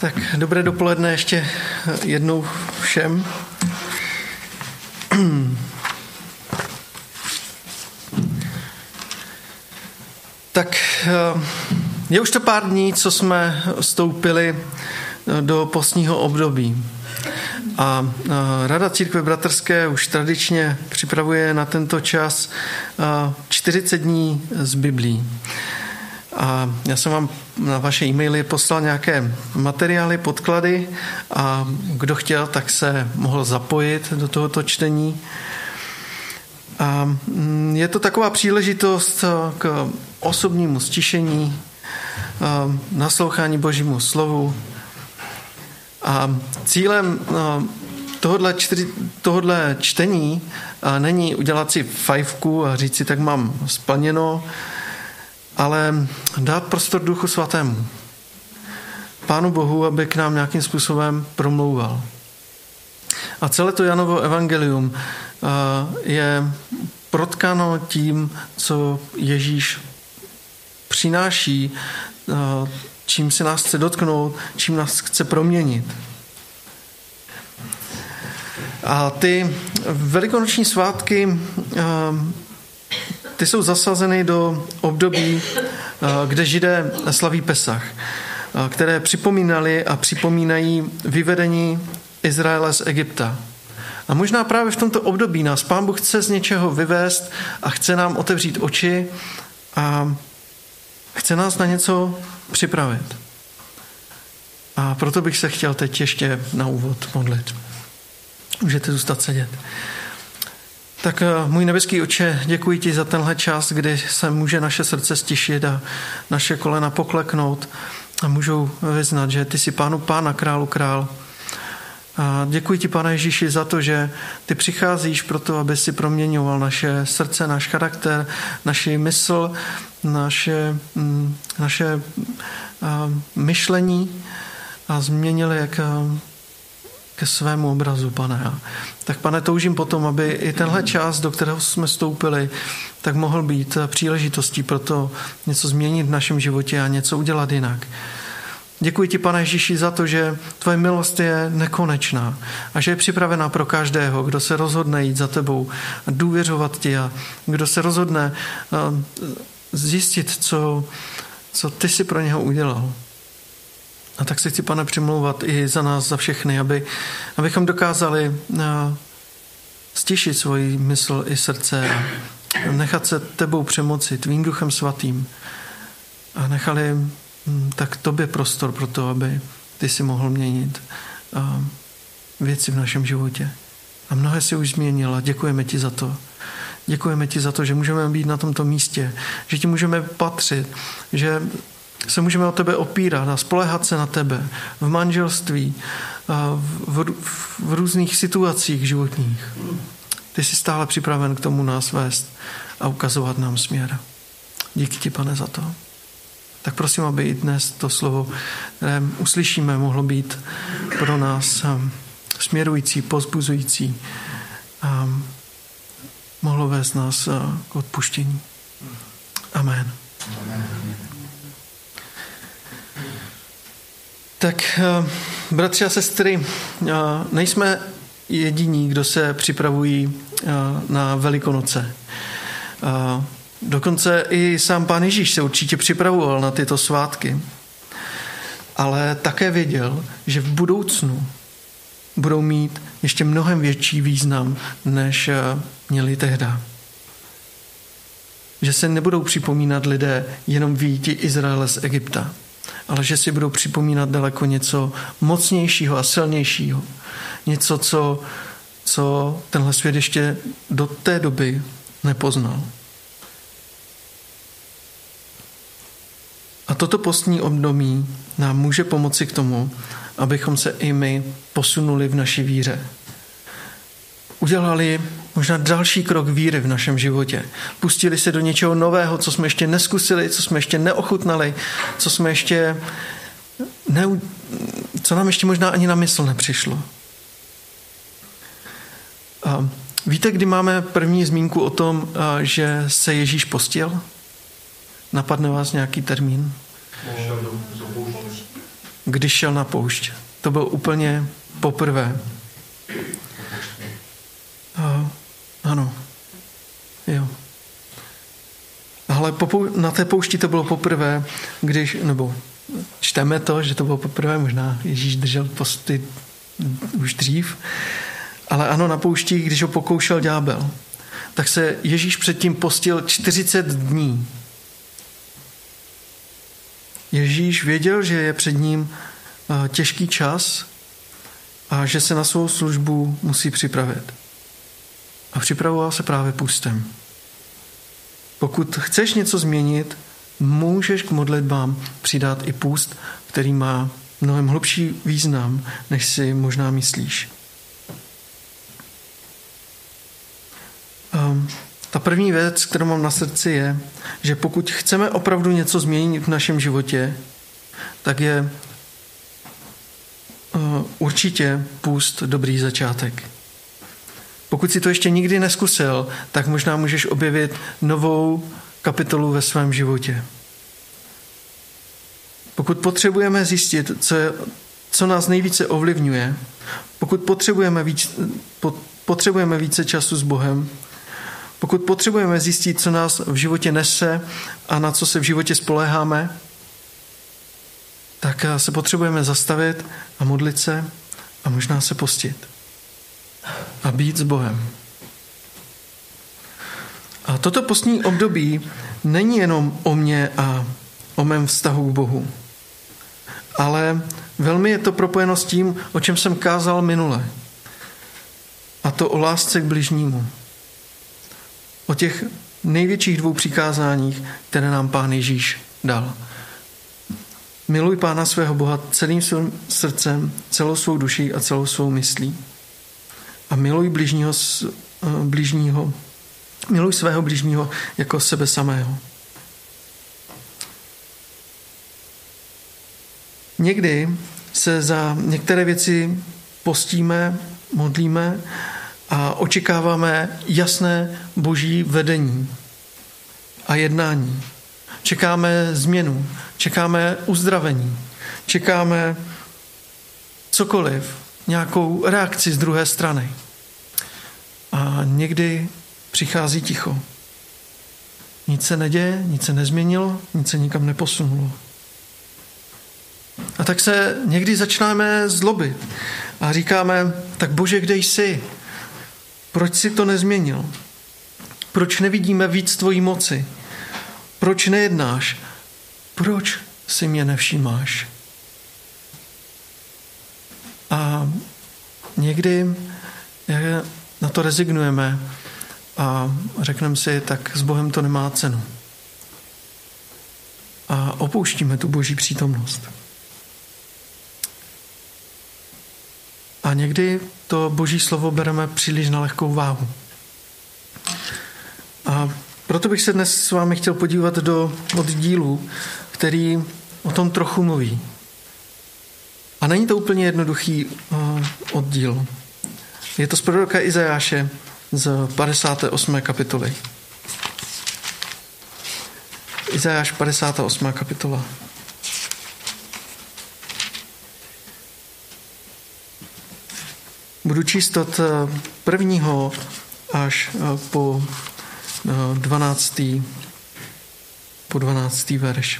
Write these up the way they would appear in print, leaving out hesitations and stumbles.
Tak dobré dopoledne ještě jednou všem. Tak je už to pár dní, co jsme vstoupili do postního období. A Rada církve bratrské už tradičně připravuje na tento čas 40 dní z Biblí. A já jsem vám na vaše e-maily poslal nějaké materiály, podklady a kdo chtěl, tak se mohl zapojit do tohoto čtení. A je to taková příležitost k osobnímu stišení, naslouchání Božímu slovu. A cílem tohodle čtení není udělat si fajfku a říct si, tak mám splněno, ale dát prostor Duchu Svatému. Pánu Bohu, aby k nám nějakým způsobem promlouval. A celé to Janovo evangelium je protkáno tím, co Ježíš přináší, čím se nás chce dotknout, čím nás chce proměnit. A ty velikonoční svátky, ty jsou zasazeny do období, kde Židé slaví Pesach, které připomínali a připomínají vyvedení Izraele z Egypta. A možná právě v tomto období nás Pán Bůh chce z něčeho vyvést a chce nám otevřít oči a chce nás na něco připravit. A proto bych se chtěl teď ještě na úvod modlit. Můžete zůstat sedět. Tak můj nebeský Otče, děkuji ti za tenhle čas, kdy se může naše srdce stišit a naše kolena pokleknout a můžou vyznat, že ty jsi Pánu Pána, Králu Král. A děkuji ti, Pane Ježíši, za to, že ty přicházíš proto, aby si proměňoval naše srdce, náš charakter, naši mysl, naše myšlení a změnil je ke svému obrazu, Pane. Tak, Pane, toužím potom, aby i tenhle čas, do kterého jsme vstoupili, tak mohl být příležitostí pro to něco změnit v našem životě a něco udělat jinak. Děkuji ti, Pane Ježíši, za to, že tvoje milost je nekonečná a že je připravená pro každého, kdo se rozhodne jít za tebou a důvěřovat ti a kdo se rozhodne zjistit, co ty jsi pro něho udělal. A tak se chci, Pane, přimlouvat i za nás, za všechny, abychom dokázali stišit svoji mysl i srdce a nechat se tebou přemoci, tvým Duchem Svatým a nechali tak tobě prostor pro to, aby ty si mohl měnit věci v našem životě. A mnohé si už změnil a děkujeme ti za to. Děkujeme ti za to, že můžeme být na tomto místě, že ti můžeme patřit, že se můžeme o tebe opírat a spoléhat se na tebe v manželství, v různých situacích životních. Ty jsi stále připraven k tomu nás vést a ukazovat nám směr. Díky ti, Pane, za to. Tak prosím, aby i dnes to slovo, které uslyšíme, mohlo být pro nás směrující, povzbuzující a mohlo vést nás k odpuštění. Amen. Tak, bratři a sestry, nejsme jediní, kdo se připravují na Velikonoce. Dokonce i sám Pán Ježíš se určitě připravoval na tyto svátky, ale také věděl, že v budoucnu budou mít ještě mnohem větší význam, než měli tehdy. Že se nebudou připomínat lidé jenom výjití Izraele z Egypta, ale že si budou připomínat daleko něco mocnějšího a silnějšího. Něco, co tenhle svět ještě do té doby nepoznal. A toto postní období nám může pomoci k tomu, abychom se i my posunuli v naší víře. Udělali možná další krok víry v našem životě. Pustili se do něčeho nového, co jsme ještě neskusili, co jsme ještě neochutnali, co nám ještě možná ani na mysl nepřišlo. A víte, kdy máme první zmínku o tom, že se Ježíš postil? Napadne vás nějaký termín? když šel na poušť. To bylo úplně poprvé. Ano. Jo. Ale na té poušti to bylo poprvé, nebo čteme to, že to bylo poprvé, možná Ježíš držel posty už dřív, ale ano, na poušti, když ho pokoušel ďábel, tak se Ježíš předtím postil 40 dní. Ježíš věděl, že je před ním těžký čas a že se na svou službu musí připravit. A připravoval se právě půstem. Pokud chceš něco změnit, můžeš k modlitbám přidat i půst, který má mnohem hlubší význam, než si možná myslíš. Ta první věc, kterou mám na srdci, je, že pokud chceme opravdu něco změnit v našem životě, tak je určitě půst dobrý začátek. Pokud si to ještě nikdy neskusil, tak možná můžeš objevit novou kapitolu ve svém životě. Pokud potřebujeme zjistit, co nás nejvíce ovlivňuje, pokud potřebujeme více času s Bohem, pokud potřebujeme zjistit, co nás v životě nese a na co se v životě spoléháme, tak se potřebujeme zastavit a modlit se a možná se postit a být s Bohem. A toto postní období není jenom o mně a o mém vztahu k Bohu, ale velmi je to propojeno s tím, o čem jsem kázal minule. A to o lásce k bližnímu. O těch největších 2 přikázáních, které nám Pán Ježíš dal. Miluj Pána svého Boha celým svým srdcem, celou svou duší a celou svou myslí. A miluj miluj svého bližního jako sebe samého. Někdy se za některé věci postíme, modlíme a očekáváme jasné boží vedení a jednání. Čekáme změnu, čekáme uzdravení, čekáme cokoliv, nějakou reakci z druhé strany. A někdy přichází ticho. Nic se neděje, nic se nezměnilo, nic se nikam neposunulo. A tak se někdy začínáme zlobit a říkáme, tak Bože, kde jsi? Proč si to nezměnil? Proč nevidíme víc tvojí moci? Proč nejednáš? Proč si mě nevšímáš? A někdy na to rezignujeme a řekneme si, tak s Bohem to nemá cenu. A opouštíme tu boží přítomnost. A někdy to boží slovo bereme příliš na lehkou váhu. A proto bych se dnes s vámi chtěl podívat do oddílu, který o tom trochu mluví. A není to úplně jednoduchý oddíl. Je to z proroka Izajáše z 58. kapitoly. Izajáš 58. kapitola. Budu číst od 1. až po 12. verš.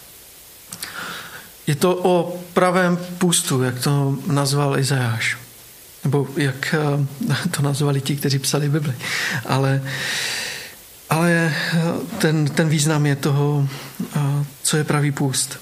Je to o pravém půstu, jak to nazval Izajáš. Nebo jak to nazvali ti, kteří psali Bibli. Ale ten význam je toho, co je pravý půst.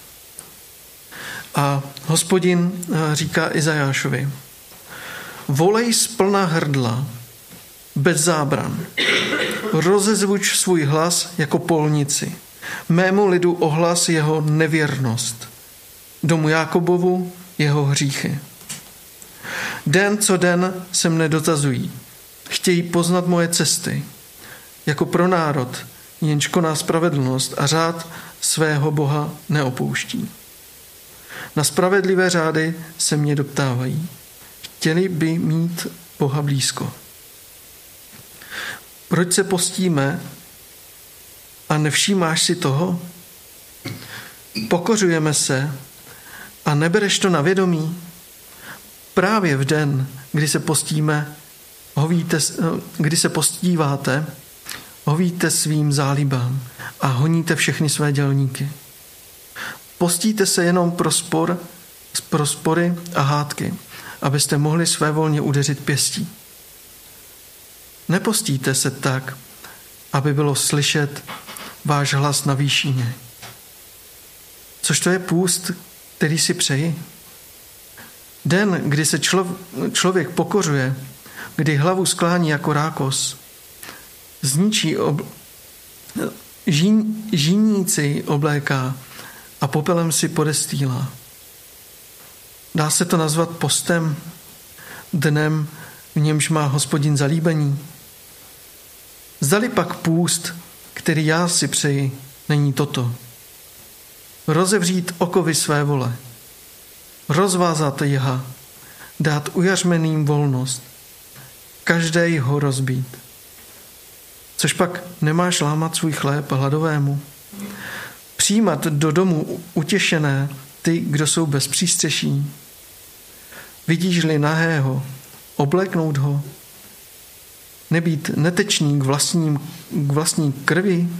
A Hospodin říká Izajášovi: volej z plna hrdla, bez zábran. Rozezvuč svůj hlas jako polnici. Mému lidu ohlas jeho nevěrnost. Domu Jákobovu jeho hříchy. Den co den se mne dotazují. Chtějí poznat moje cesty. Jako pro národ, jenž koná spravedlnost a řád svého Boha neopouští. Na spravedlivé řády se mě doptávají. Chtěli by mít Boha blízko. Proč se postíme a nevšímáš si toho? Pokořujeme se a nebereš to na vědomí? Právě v den, kdy se postíme, kdy se postíváte, hovíte svým zálibám a honíte všechny své dělníky. Postíte se jenom pro spory a hádky, abyste mohli svévolně udeřit pěstí. Nepostíte se tak, aby bylo slyšet váš hlas na výšině. Což to je půst, který si přeji? Den, kdy se člověk pokořuje, kdy hlavu sklání jako rákos, zničí žíníci obléká a popelem si podestýlá. Dá se to nazvat postem, dnem, v němž má Hospodin zalíbení? Zdali pak půst, který já si přeji, není toto. Rozevřít okovy své vole, rozvázat jha, dát ujařmeným volnost, každej ho rozbít. Což pak nemáš lámat svůj chléb hladovému? Přijímat do domu utěšené ty, kdo jsou bez přístřeší? Vidíš-li nahého, obléknout ho? Nebýt netečný k vlastní krvi?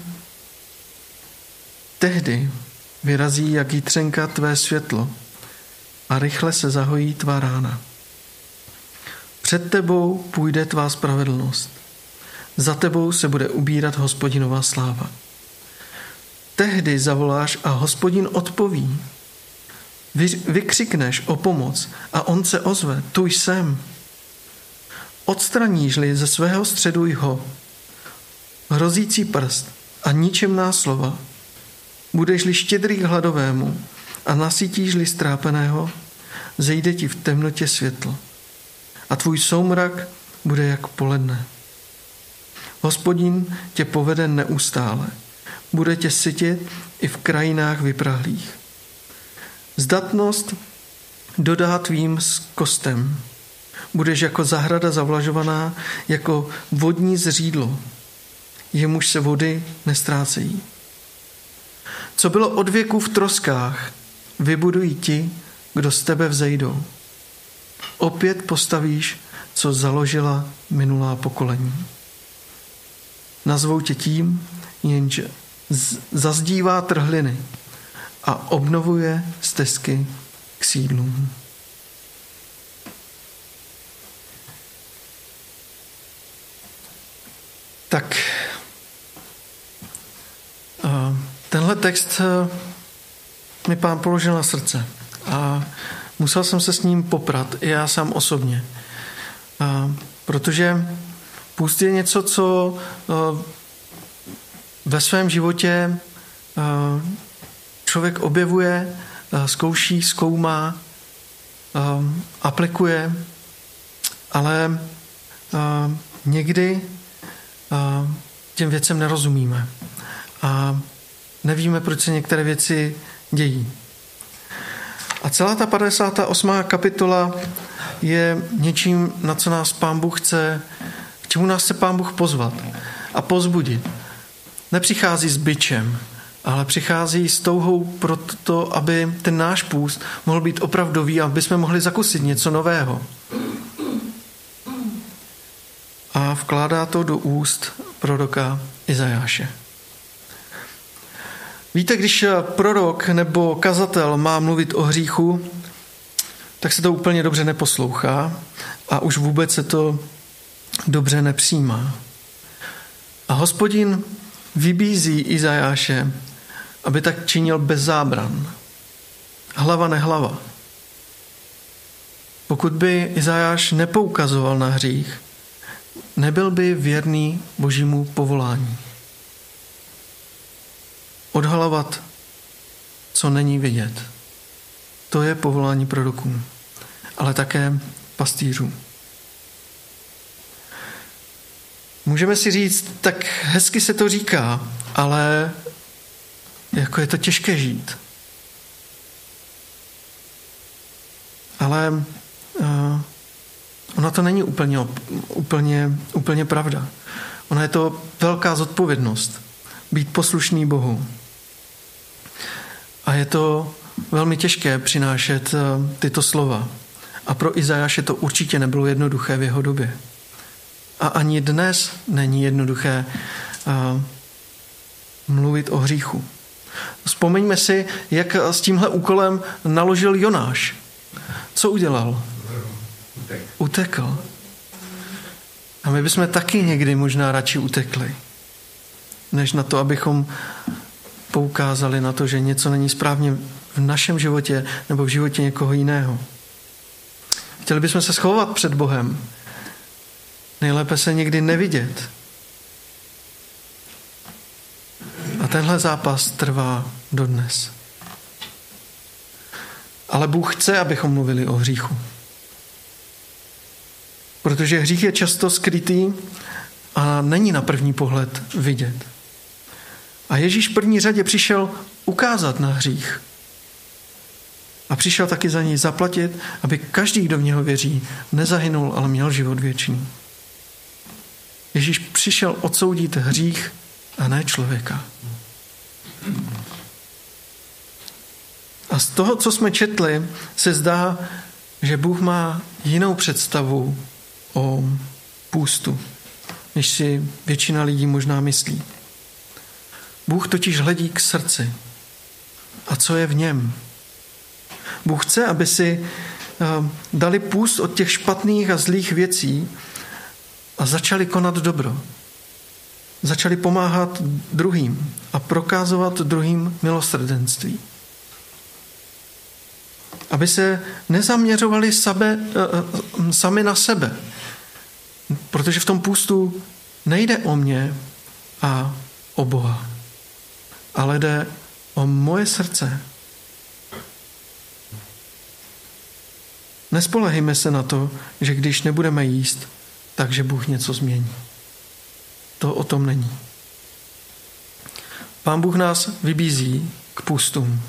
Tehdy vyrazí jak jitřenka tvé světlo a rychle se zahojí tvá rána. Před tebou půjde tvá spravedlnost. Za tebou se bude ubírat Hospodinová sláva. Tehdy zavoláš a Hospodin odpoví. Vykřikneš o pomoc a on se ozve, tu jsem. Odstraníš-li ze svého středu jeho hrozící prst a ničemná slova, budeš-li štědrý k hladovému a nasytíš-li strápeného, zejde ti v temnotě světlo a tvůj soumrak bude jak poledne. Hospodin tě povede neustále, bude tě sytit i v krajinách vyprahlých. Zdatnost dodá tvým kostem. Budeš jako zahrada zavlažovaná, jako vodní zřídlo, jemuž se vody nestrácejí. Co bylo od věku v troskách, vybudují ti, kdo z tebe vzejdou. Opět postavíš, co založila minulá pokolení. Nazvou tě tím, jenž zazdívá trhliny a obnovuje stezky k sídlům. Tak, tenhle text mi Pán položil na srdce a musel jsem se s ním poprat, i já sám osobně. Protože půst je něco, co ve svém životě člověk objevuje, zkouší, zkoumá, aplikuje, ale někdy těm věcem nerozumíme a nevíme, proč se některé věci dějí. A celá ta 58. kapitola je něčím, na co nás Pán Bůh chce, k čemu nás chce Pán Bůh pozvat a povzbudit. Nepřichází s bičem, ale přichází s touhou pro to, aby ten náš půst mohl být opravdový, aby jsme mohli zakusit něco nového. A vkládá to do úst proroka Izajáše. Víte, když prorok nebo kazatel má mluvit o hříchu, tak se to úplně dobře neposlouchá a už vůbec se to dobře nepřijímá. A Hospodin vybízí Izajáše, aby tak činil bez zábran. Hlava nehlava. Pokud by Izajáš nepoukazoval na hřích, nebyl by věrný Božímu povolání. Odhalovat, co není vidět. To je povolání proroků, ale také pastýřů. Můžeme si říct, tak hezky se to říká, ale jako je to těžké žít. Ale ona to není úplně pravda. Ona je to velká zodpovědnost být poslušný Bohu. A je to velmi těžké přinášet tyto slova. A pro Izajáše to určitě nebylo jednoduché v jeho době. A ani dnes není jednoduché mluvit o hříchu. Vzpomeňme si, jak s tímhle úkolem naložil Jonáš. Co udělal? Utekl. A my bychom taky někdy možná radši utekli, než na to, abychom poukázali na to, že něco není správně v našem životě nebo v životě někoho jiného. Chtěli bychom se schovat před Bohem. Nejlépe se někdy nevidět. A tenhle zápas trvá dodnes. Ale Bůh chce, abychom mluvili o hříchu. Protože hřích je často skrytý a není na první pohled vidět. A Ježíš v první řadě přišel ukázat na hřích. A přišel taky za něj zaplatit, aby každý, kdo v něho věří, nezahynul, ale měl život věčný. Ježíš přišel odsoudit hřích a ne člověka. A z toho, co jsme četli, se zdá, že Bůh má jinou představu o půstu, než si většina lidí možná myslí. Bůh totiž hledí k srdci. A co je v něm? Bůh chce, aby si dali půst od těch špatných a zlých věcí a začali konat dobro. Začali pomáhat druhým a prokazovat druhým milosrdenství. Aby se nezaměřovali sami na sebe. Protože v tom půstu nejde o mě a o Boha. Ale jde o moje srdce. Nespolehejme se na to, že když nebudeme jíst, takže Bůh něco změní. To o tom není. Pán Bůh nás vybízí k půstům.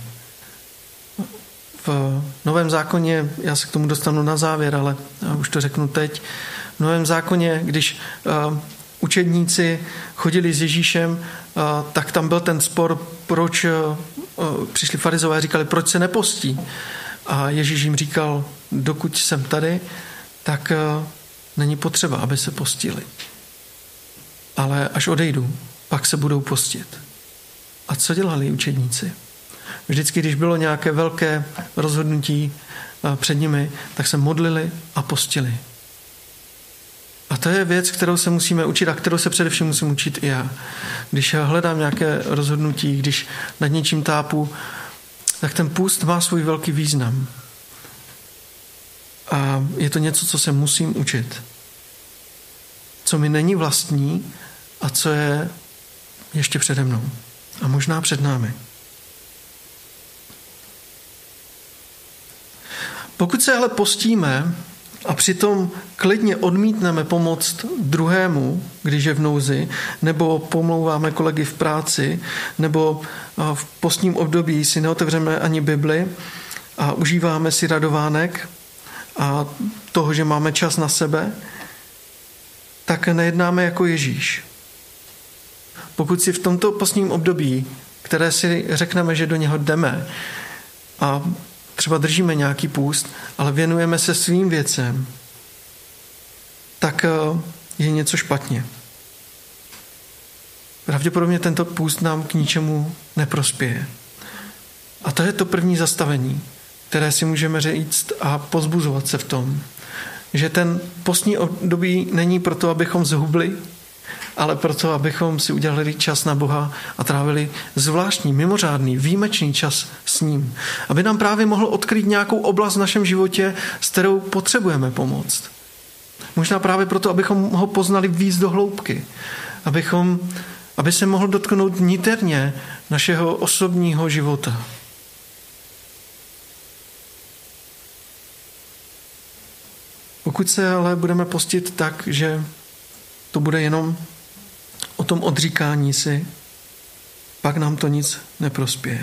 V Novém zákoně, já se k tomu dostanu na závěr, ale já už to řeknu teď. V Novém zákoně, když učedníci chodili s Ježíšem, tak tam byl ten spor, proč přišli farizové a říkali, proč se nepostí. A Ježíš jim říkal, dokud jsem tady, tak není potřeba, aby se postili. Ale až odejdu, pak se budou postit. A co dělali učedníci? Vždycky, když bylo nějaké velké rozhodnutí před nimi, tak se modlili a postili. A to je věc, kterou se musíme učit a kterou se především musím učit i já. Když hledám nějaké rozhodnutí, když nad něčím tápu, tak ten půst má svůj velký význam. A je to něco, co se musím učit. Co mi není vlastní a co je ještě přede mnou. A možná před námi. Pokud se ale postíme a přitom klidně odmítneme pomoct druhému, když je v nouzi, nebo pomlouváme kolegy v práci, nebo v postním období si neotevřeme ani Bibli a užíváme si radovánek a toho, že máme čas na sebe, tak nejednáme jako Ježíš. Pokud si v tomto postním období, které si řekneme, že do něho jdeme a třeba držíme nějaký půst, ale věnujeme se svým věcem, tak je něco špatně. Pravděpodobně tento půst nám k ničemu neprospěje. A to je to první zastavení, které si můžeme říct a pozbuzovat se v tom, že ten postní období není proto, abychom zhubli, ale proto, abychom si udělali čas na Boha a trávili zvláštní, mimořádný, výjimečný čas s ním. Aby nám právě mohl odkrýt nějakou oblast v našem životě, s kterou potřebujeme pomoct. Možná právě proto, abychom ho poznali víc do hloubky. Aby se mohl dotknout niterně našeho osobního života. Pokud se ale budeme postit tak, že to bude jenom o tom odříkání si, pak nám to nic neprospěje.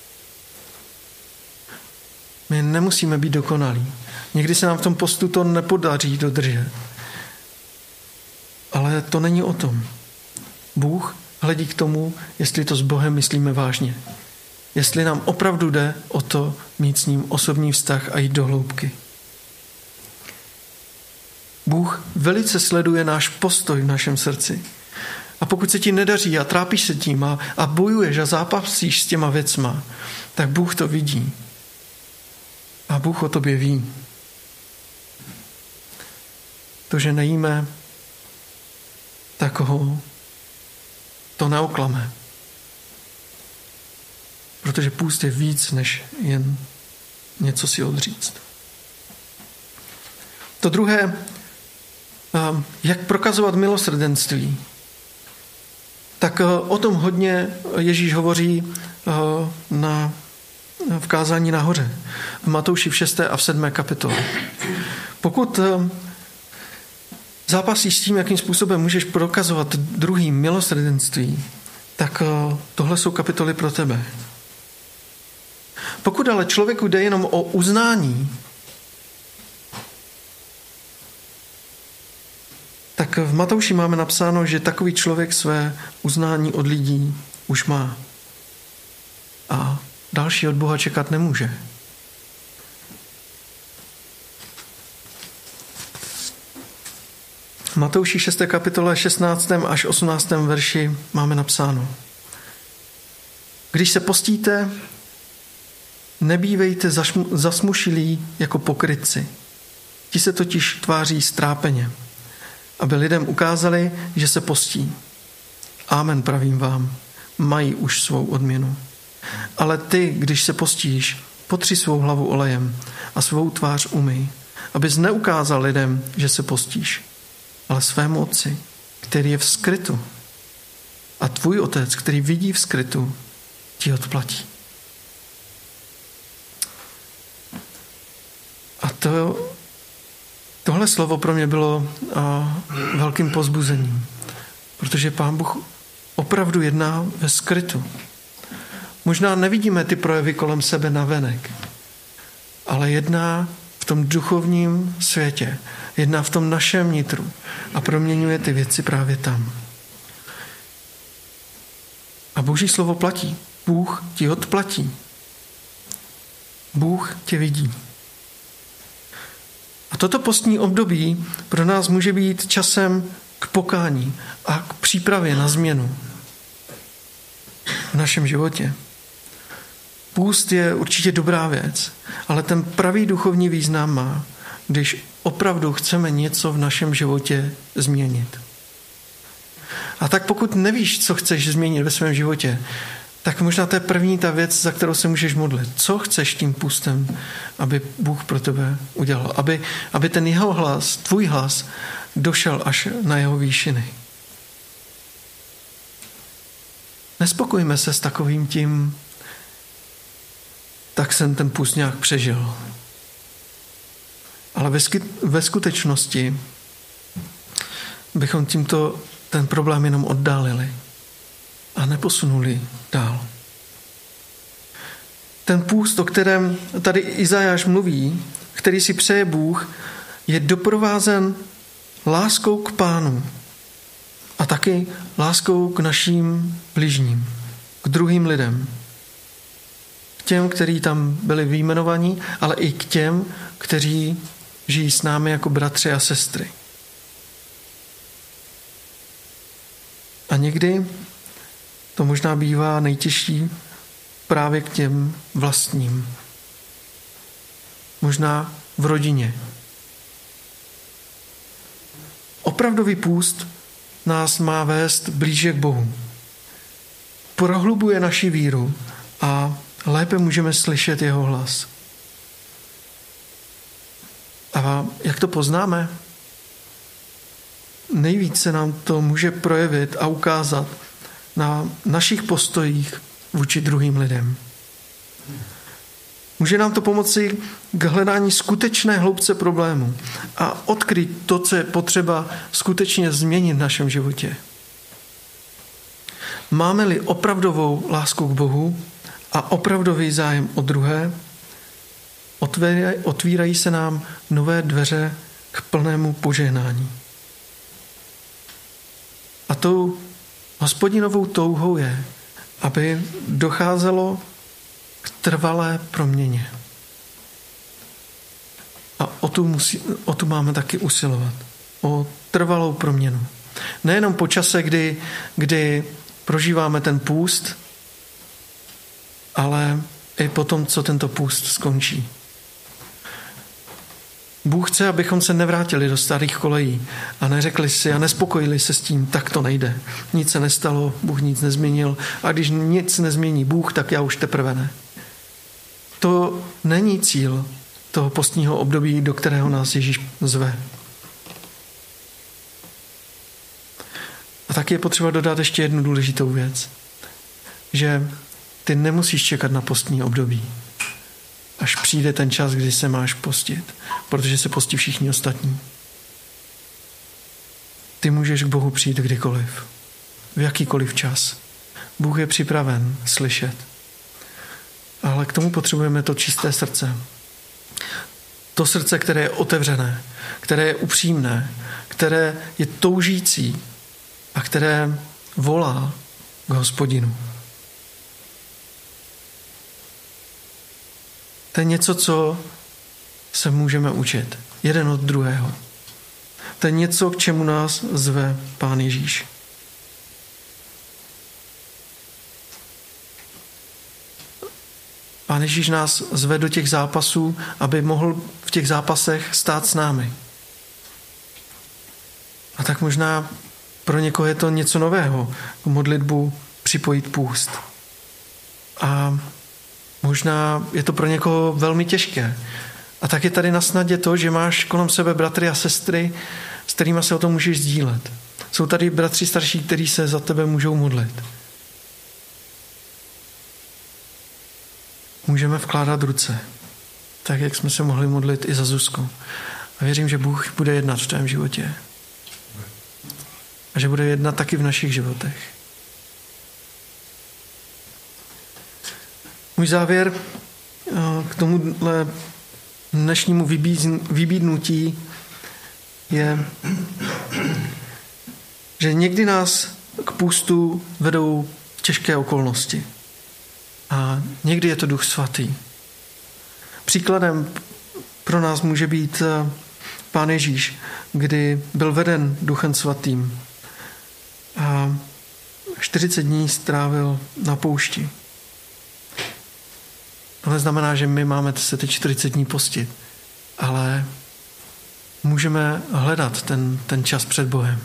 My nemusíme být dokonalí. Někdy se nám v tom postu to nepodaří dodržet. Ale to není o tom. Bůh hledí k tomu, jestli to s Bohem myslíme vážně. jestli nám opravdu jde o to mít s ním osobní vztah a jít do hloubky. Bůh velice sleduje náš postoj v našem srdci. A pokud se ti nedaří a trápíš se tím a bojuješ a zápasíš s těma věcma, tak Bůh to vidí. A Bůh o tobě ví. To, že nejíme, tak ho to neoklame. Protože půst je víc, než jen něco si odříct. To druhé, jak prokazovat milosrdenství. Tak o tom hodně Ježíš hovoří v kázání nahoře. V Matouši v 6. a v 7. kapitole. Pokud zápasíš s tím, jakým způsobem můžeš prokazovat druhým milosrdenství, tak tohle jsou kapitoly pro tebe. Pokud ale člověku jde jenom o uznání, tak v Matouši máme napsáno, že takový člověk své uznání od lidí už má. A další od Boha čekat nemůže. V Matouši 6. kapitole 16. až 18. verši máme napsáno: Když se postíte, nebývejte zasmušilí jako pokrytci. Ti se totiž tváří strápeně, aby lidem ukázali, že se postí. Amen, pravím vám, mají už svou odměnu. Ale ty, když se postíš, potři svou hlavu olejem a svou tvář umyj, abys neukázal lidem, že se postíš, ale svému otci, který je v skrytu. A tvůj otec, který vidí v skrytu, ti odplatí. A tohle slovo pro mě bylo velkým povzbuzením, protože Pán Bůh opravdu jedná ve skrytu. Možná nevidíme ty projevy kolem sebe navenek, ale jedná v tom duchovním světě, jedná v tom našem nitru a proměňuje ty věci právě tam. A Boží slovo platí. Bůh ti odplatí. Bůh tě vidí. A toto postní období pro nás může být časem k pokání a k přípravě na změnu v našem životě. Půst je určitě dobrá věc, ale ten pravý duchovní význam má, když opravdu chceme něco v našem životě změnit. A tak pokud nevíš, co chceš změnit ve svém životě, tak možná to je první ta věc, za kterou se můžeš modlit. Co chceš tím půstem, aby Bůh pro tebe udělal? Aby ten jeho hlas, tvůj hlas, došel až na jeho výšiny. Nespokojíme se s takovým tím, tak jsem ten půst nějak přežil. Ale ve skutečnosti bychom tímto ten problém jenom oddálili a neposunuli dál. Ten půst, o kterém tady Izajáš mluví, který si přeje Bůh, je doprovázen láskou k Pánu a taky láskou k našim bližním, k druhým lidem. K těm, kteří tam byli vyjmenovaní, ale i k těm, kteří žijí s námi jako bratři a sestry. A někdy to možná bývá nejtěžší právě k těm vlastním. Možná v rodině. Opravdový půst nás má vést blíže k Bohu. Prohlubuje naši víru a lépe můžeme slyšet jeho hlas. A jak to poznáme? Nejvíce nám to může projevit a ukázat na našich postojích vůči druhým lidem. Může nám to pomoci k hledání skutečné hloubce problému a odkryt to, co je potřeba skutečně změnit v našem životě. Máme-li opravdovou lásku k Bohu a opravdový zájem o druhé, otvírají se nám nové dveře k plnému požehnání. A tou Hospodinovou touhou je, aby docházelo k trvalé proměně. A o tu máme taky usilovat. O trvalou proměnu. Nejenom po čase, kdy prožíváme ten půst, ale i po tom, co tento půst skončí. Bůh chce, abychom se nevrátili do starých kolejí a neřekli si a nespokojili se s tím, tak to nejde. Nic se nestalo, Bůh nic nezměnil a když nic nezmění Bůh, tak já už teprve ne. To není cíl toho postního období, do kterého nás Ježíš zve. A taky je potřeba dodat ještě jednu důležitou věc, že ty nemusíš čekat na postní období, až přijde ten čas, kdy se máš postit, protože se postí všichni ostatní. Ty můžeš k Bohu přijít kdykoliv, v jakýkoliv čas. Bůh je připraven slyšet. Ale k tomu potřebujeme to čisté srdce. To srdce, které je otevřené, které je upřímné, které je toužící a které volá k Hospodinu. To je něco, co se můžeme učit. Jeden od druhého. To je něco, k čemu nás zve Pán Ježíš. Pán Ježíš nás zve do těch zápasů, aby mohl v těch zápasech stát s námi. A tak možná pro někoho je to něco nového, k modlitbu připojit půst. A možná je to pro někoho velmi těžké. A tak je tady na snadě to, že máš kolem sebe bratry a sestry, s kterými se o tom můžeš sdílet. Jsou tady bratři starší, kteří se za tebe můžou modlit. Můžeme vkládat ruce, tak jak jsme se mohli modlit i za Zuzku. A věřím, že Bůh bude jednat v tvém životě. A že bude jednat taky v našich životech. Můj závěr k tomuhle dnešnímu vybídnutí je, že někdy nás k půstu vedou těžké okolnosti. A někdy je to Duch Svatý. Příkladem pro nás může být Pán Ježíš, kdy byl veden Duchem Svatým a 40 dní strávil na poušti. To neznamená, že my máme se teď 40 dní postit, ale můžeme hledat ten čas před Bohem.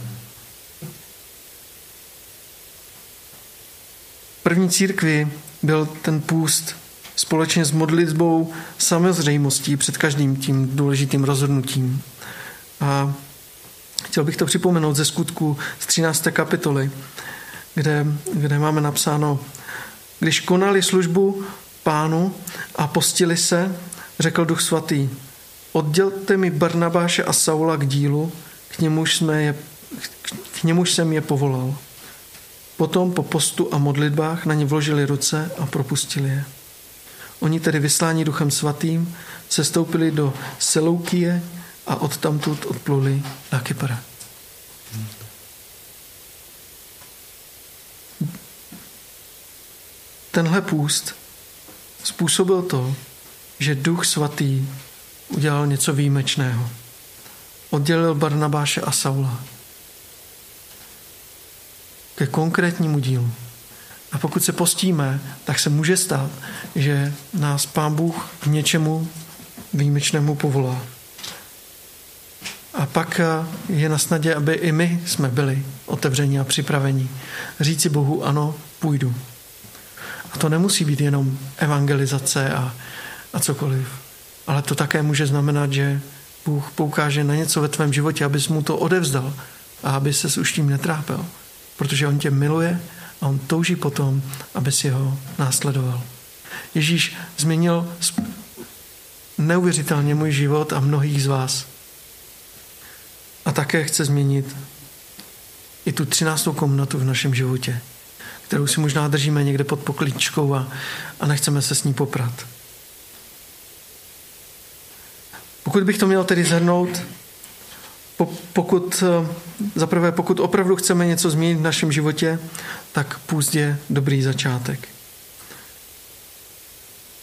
V první církvi byl ten půst společně s modlitbou samozřejmostí před každým tím důležitým rozhodnutím. A chtěl bych to připomenout ze Skutku z 13. kapitoly, kde máme napsáno: když konali službu Pánu a postili se, řekl Duch Svatý: oddělte mi Barnabáše a Saula k dílu, k němuž jsem je povolal. Potom po postu a modlitbách na ně vložili ruce a propustili je. Oni tedy vysláni Duchem Svatým sestoupili do Seleukie a odtamtud odpluli na Kypr. Tenhle půst způsobil to, že Duch Svatý udělal něco výjimečného. Oddělil Barnabáše a Saula ke konkrétnímu dílu. A pokud se postíme, tak se může stát, že nás Pán Bůh k něčemu výjimečnému povolá. A pak je na snadě, aby i my jsme byli otevření a připraveni. Říci Bohu: ano, půjdu. A to nemusí být jenom evangelizace a cokoliv. Ale to také může znamenat, že Bůh poukáže na něco ve tvém životě, abys mu to odevzdal a aby ses už tím netrápil. Protože on tě miluje a on touží potom, aby si ho následoval. Ježíš změnil neuvěřitelně můj život a mnohých z vás. A také chce změnit i tu 13. komnatu v našem životě, kterou si možná držíme někde pod poklíčkou a nechceme se s ní poprat. Pokud bych to měl tedy shrnout, pokud opravdu chceme něco změnit v našem životě, tak půst je dobrý začátek.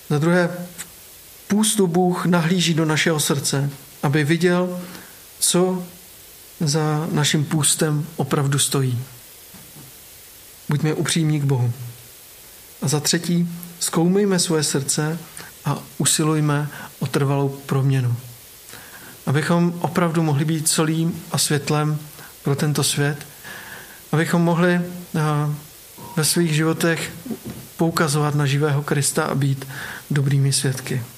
Za druhé, v půstu Bůh nahlíží do našeho srdce, aby viděl, co za naším půstem opravdu stojí. Buďme upřímní k Bohu. A za třetí, zkoumejme svoje srdce a usilujme o trvalou proměnu. Abychom opravdu mohli být solím a světlem pro tento svět, abychom mohli ve svých životech poukazovat na živého Krista a být dobrými svědky.